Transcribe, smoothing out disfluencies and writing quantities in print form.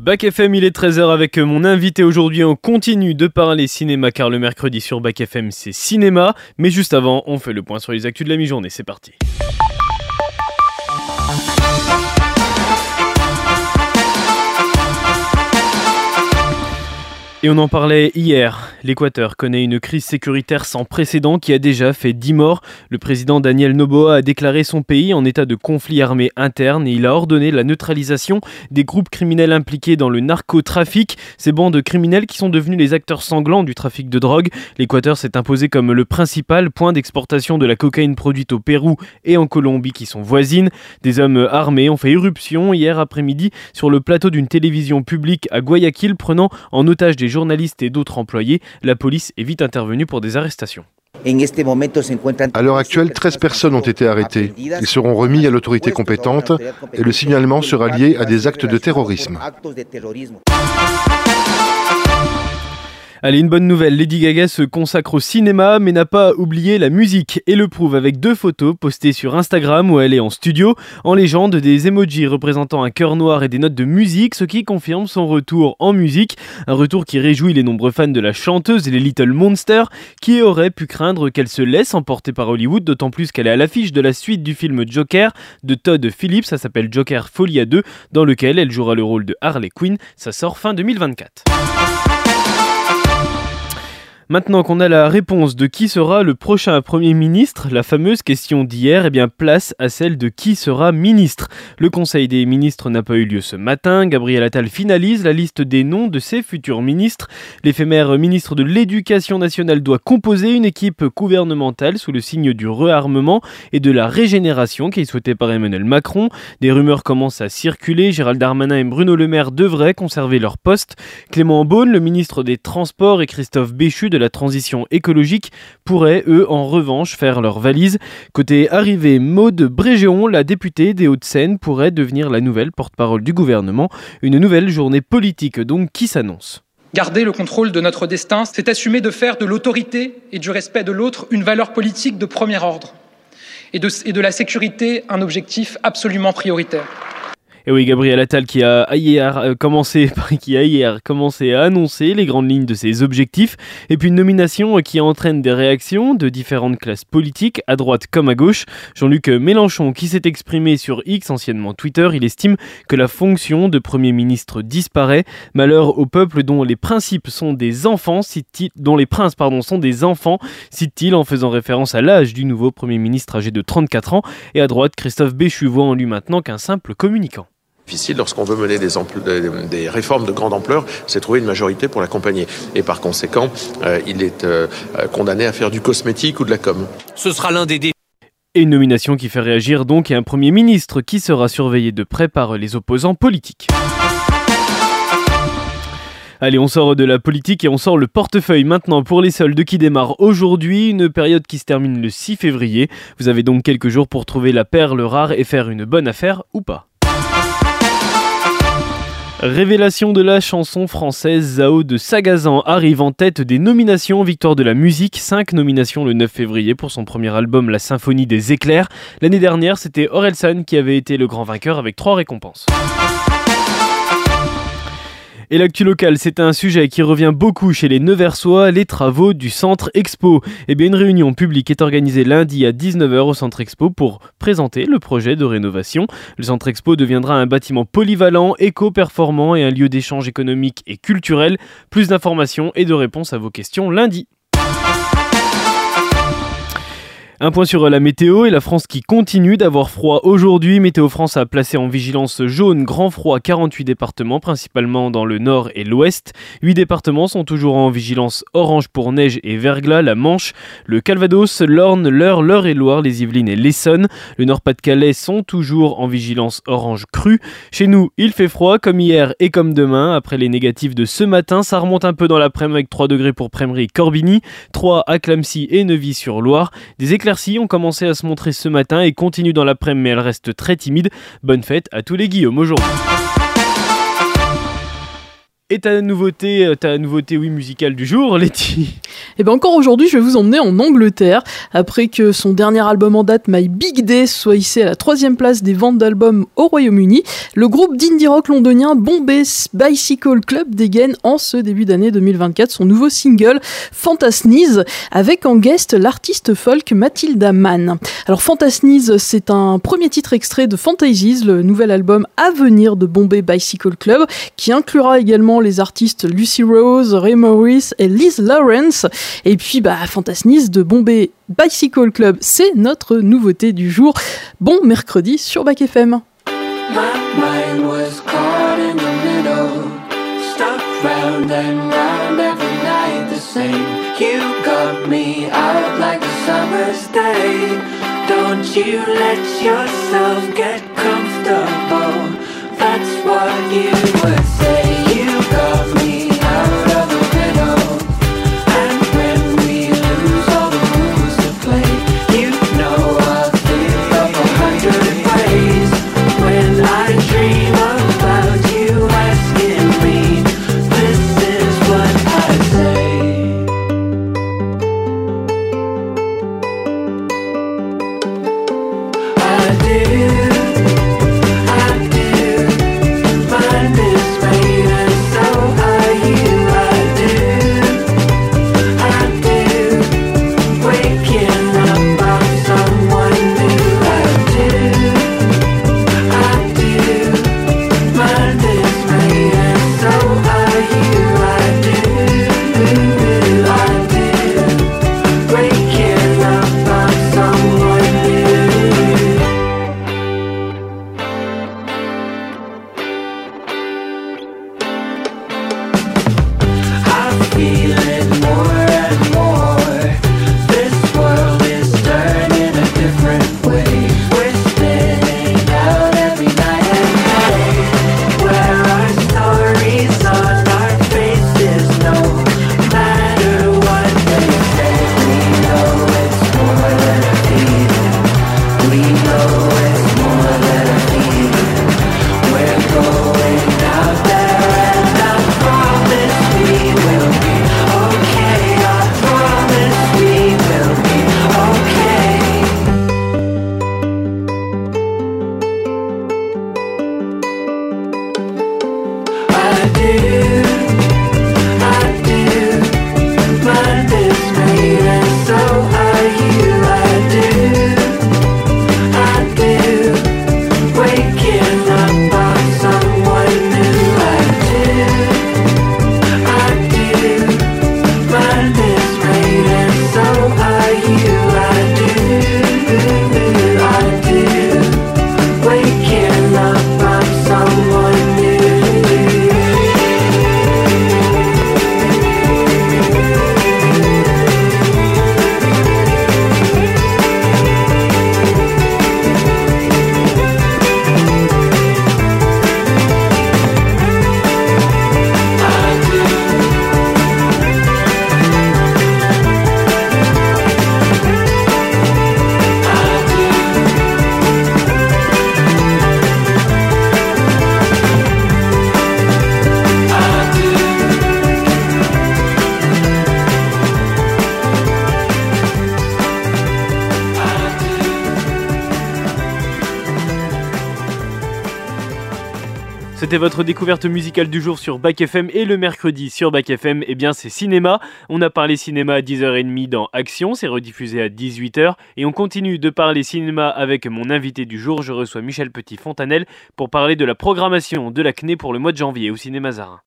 Bac FM, il est 13h avec mon invité aujourd'hui. On continue de parler cinéma car le mercredi sur Bac FM c'est cinéma. Mais juste avant, on fait le point sur les actus de la mi-journée. C'est parti. Et on en parlait hier, l'Équateur connaît une crise sécuritaire sans précédent qui a déjà fait 10 morts. Le président Daniel Noboa a déclaré son pays en état de conflit armé interne et il a ordonné la neutralisation des groupes criminels impliqués dans le narcotrafic. Ces bandes criminelles qui sont devenues les acteurs sanglants du trafic de drogue. L'Équateur s'est imposé comme le principal point d'exportation de la cocaïne produite au Pérou et en Colombie qui sont voisines. Des hommes armés ont fait irruption hier après-midi sur le plateau d'une télévision publique à Guayaquil, prenant en otage des journalistes et d'autres employés. La police est vite intervenue pour des arrestations. À l'heure actuelle, 13 personnes ont été arrêtées et seront remises à l'autorité compétente et le signalement sera lié à des actes de terrorisme. Allez, une bonne nouvelle, Lady Gaga se consacre au cinéma mais n'a pas oublié la musique et le prouve avec 2 photos postées sur Instagram où elle est en studio. En légende, des emojis représentant un cœur noir et des notes de musique, ce qui confirme son retour en musique. Un retour qui réjouit les nombreux fans de la chanteuse et les Little Monsters qui auraient pu craindre qu'elle se laisse emporter par Hollywood, d'autant plus qu'elle est à l'affiche de la suite du film Joker de Todd Phillips. Ça s'appelle Joker Folie à 2, dans lequel elle jouera le rôle de Harley Quinn. Ça sort fin 2024. Maintenant qu'on a la réponse de qui sera le prochain Premier ministre, la fameuse question d'hier, place à celle de qui sera ministre. Le Conseil des ministres n'a pas eu lieu ce matin. Gabriel Attal finalise la liste des noms de ses futurs ministres. L'éphémère ministre de l'Éducation nationale doit composer une équipe gouvernementale sous le signe du réarmement et de la régénération qui est souhaitée par Emmanuel Macron. Des rumeurs commencent à circuler. Gérald Darmanin et Bruno Le Maire devraient conserver leur poste. Clément Beaune, le ministre des Transports, et Christophe Béchu de la transition écologique pourraient, eux, en revanche, faire leur valise. Côté arrivée, Maude Brégéon, la députée des Hauts-de-Seine, pourrait devenir la nouvelle porte-parole du gouvernement. Une nouvelle journée politique donc qui s'annonce. Garder le contrôle de notre destin, c'est assumer de faire de l'autorité et du respect de l'autre une valeur politique de premier ordre et de la sécurité un objectif absolument prioritaire. Et oui, Gabriel Attal qui a hier commencé à annoncer les grandes lignes de ses objectifs. Et puis une nomination qui entraîne des réactions de différentes classes politiques, à droite comme à gauche. Jean-Luc Mélenchon qui s'est exprimé sur X, anciennement Twitter, il estime que la fonction de Premier ministre disparaît. Malheur au peuple dont les principes sont des enfants, dont les princes sont des enfants, cite-t-il en faisant référence à l'âge du nouveau Premier ministre âgé de 34 ans. Et à droite, Christophe Béchu voit en lui maintenant qu'un simple communicant. Difficile lorsqu'on veut mener des réformes de grande ampleur, c'est trouver une majorité pour l'accompagner. Et par conséquent, il est condamné à faire du cosmétique ou de la com. Ce sera l'un des défis. Et une nomination qui fait réagir donc et un Premier ministre qui sera surveillé de près par les opposants politiques. Allez, on sort de la politique et on sort le portefeuille maintenant pour les soldes qui démarrent aujourd'hui, une période qui se termine le 6 février. Vous avez donc quelques jours pour trouver la perle rare et faire une bonne affaire ou pas. Révélation de la chanson française, Zao de Sagazan arrive en tête des nominations, victoire de la musique, 5 nominations le 9 février pour son premier album La Symphonie des éclairs. L'année dernière, c'était Orelsan qui avait été le grand vainqueur avec 3 récompenses. Et l'actu locale, c'est un sujet qui revient beaucoup chez les Neversois, les travaux du Centre Expo. Une réunion publique est organisée lundi à 19h au Centre Expo pour présenter le projet de rénovation. Le Centre Expo deviendra un bâtiment polyvalent, éco-performant et un lieu d'échange économique et culturel. Plus d'informations et de réponses à vos questions lundi. Un point sur la météo et la France qui continue d'avoir froid aujourd'hui. Météo France a placé en vigilance jaune grand froid 48 départements, principalement dans le nord et l'ouest. 8 départements sont toujours en vigilance orange pour neige et verglas, la Manche, le Calvados, l'Orne, l'Eure-et-Loir, les Yvelines et l'Essonne. Le Nord-Pas-de-Calais sont toujours en vigilance orange crue. Chez nous, il fait froid comme hier et comme demain. Après les négatifs de ce matin, ça remonte un peu dans l'après-midi avec 3 degrés pour Prémery et Corbigny, 3 à Clamecy et Neuvy-sur-Loire. Des éclaircies ont commencé à se montrer ce matin et continuent dans l'après-midi, mais elles restent très timides. Bonne fête à tous les Guillaume aujourd'hui. Et ta nouveauté musicale du jour, Letty? Et bien encore aujourd'hui, je vais vous emmener en Angleterre. Après que son dernier album en date, My Big Day, soit hissé à la 3e place des ventes d'albums au Royaume-Uni, le groupe d'indie rock londonien Bombay Bicycle Club dégaine en ce début d'année 2024 son nouveau single Fantasnies, avec en guest l'artiste folk Mathilda Mann. Alors Fantasnies, c'est un premier titre extrait de Fantasies, le nouvel album à venir de Bombay Bicycle Club, qui inclura également les artistes Lucy Rose, Ray Morris et Liz Lawrence. Et puis Fantasnies de Bombay Bicycle Club, c'est notre nouveauté du jour. Bon mercredi sur Back FM. My mind was caught in the middle, stuck round and round every night the same. You got me out like a summer's day. Don't you let yourself get comfortable, that's what you would say. You got me out of the middle, and when we lose all the rules to play, you know I'll think of 100 ways. When I dream about you asking me, this is what I say. I do, mind is made and so are you. I do, waking up I'm someone new. I do, mind is made and so are you. I do, waking up I'm someone new. I feel it more and more. This world is turning a different way. We're spinning out every night and day, where our stories on our faces, no matter what they say. We know it's more than a feeling. We know it's more than a feeling. We're going out there and I promise we will be okay. I promise we will be okay. I do, mind is made and so are you. I do, waking up I'm someone new. I do, mind is made and so are you. I do, waking up I'm someone new. C'était votre découverte musicale du jour sur Back FM, et le mercredi sur Back FM, eh bien c'est cinéma. On a parlé cinéma à 10h30 dans Action, c'est rediffusé à 18h, et on continue de parler cinéma avec mon invité du jour. Je reçois Michel Petit-Fontanelle pour parler de la programmation de la CNE pour le mois de janvier au Ciné Mazarin.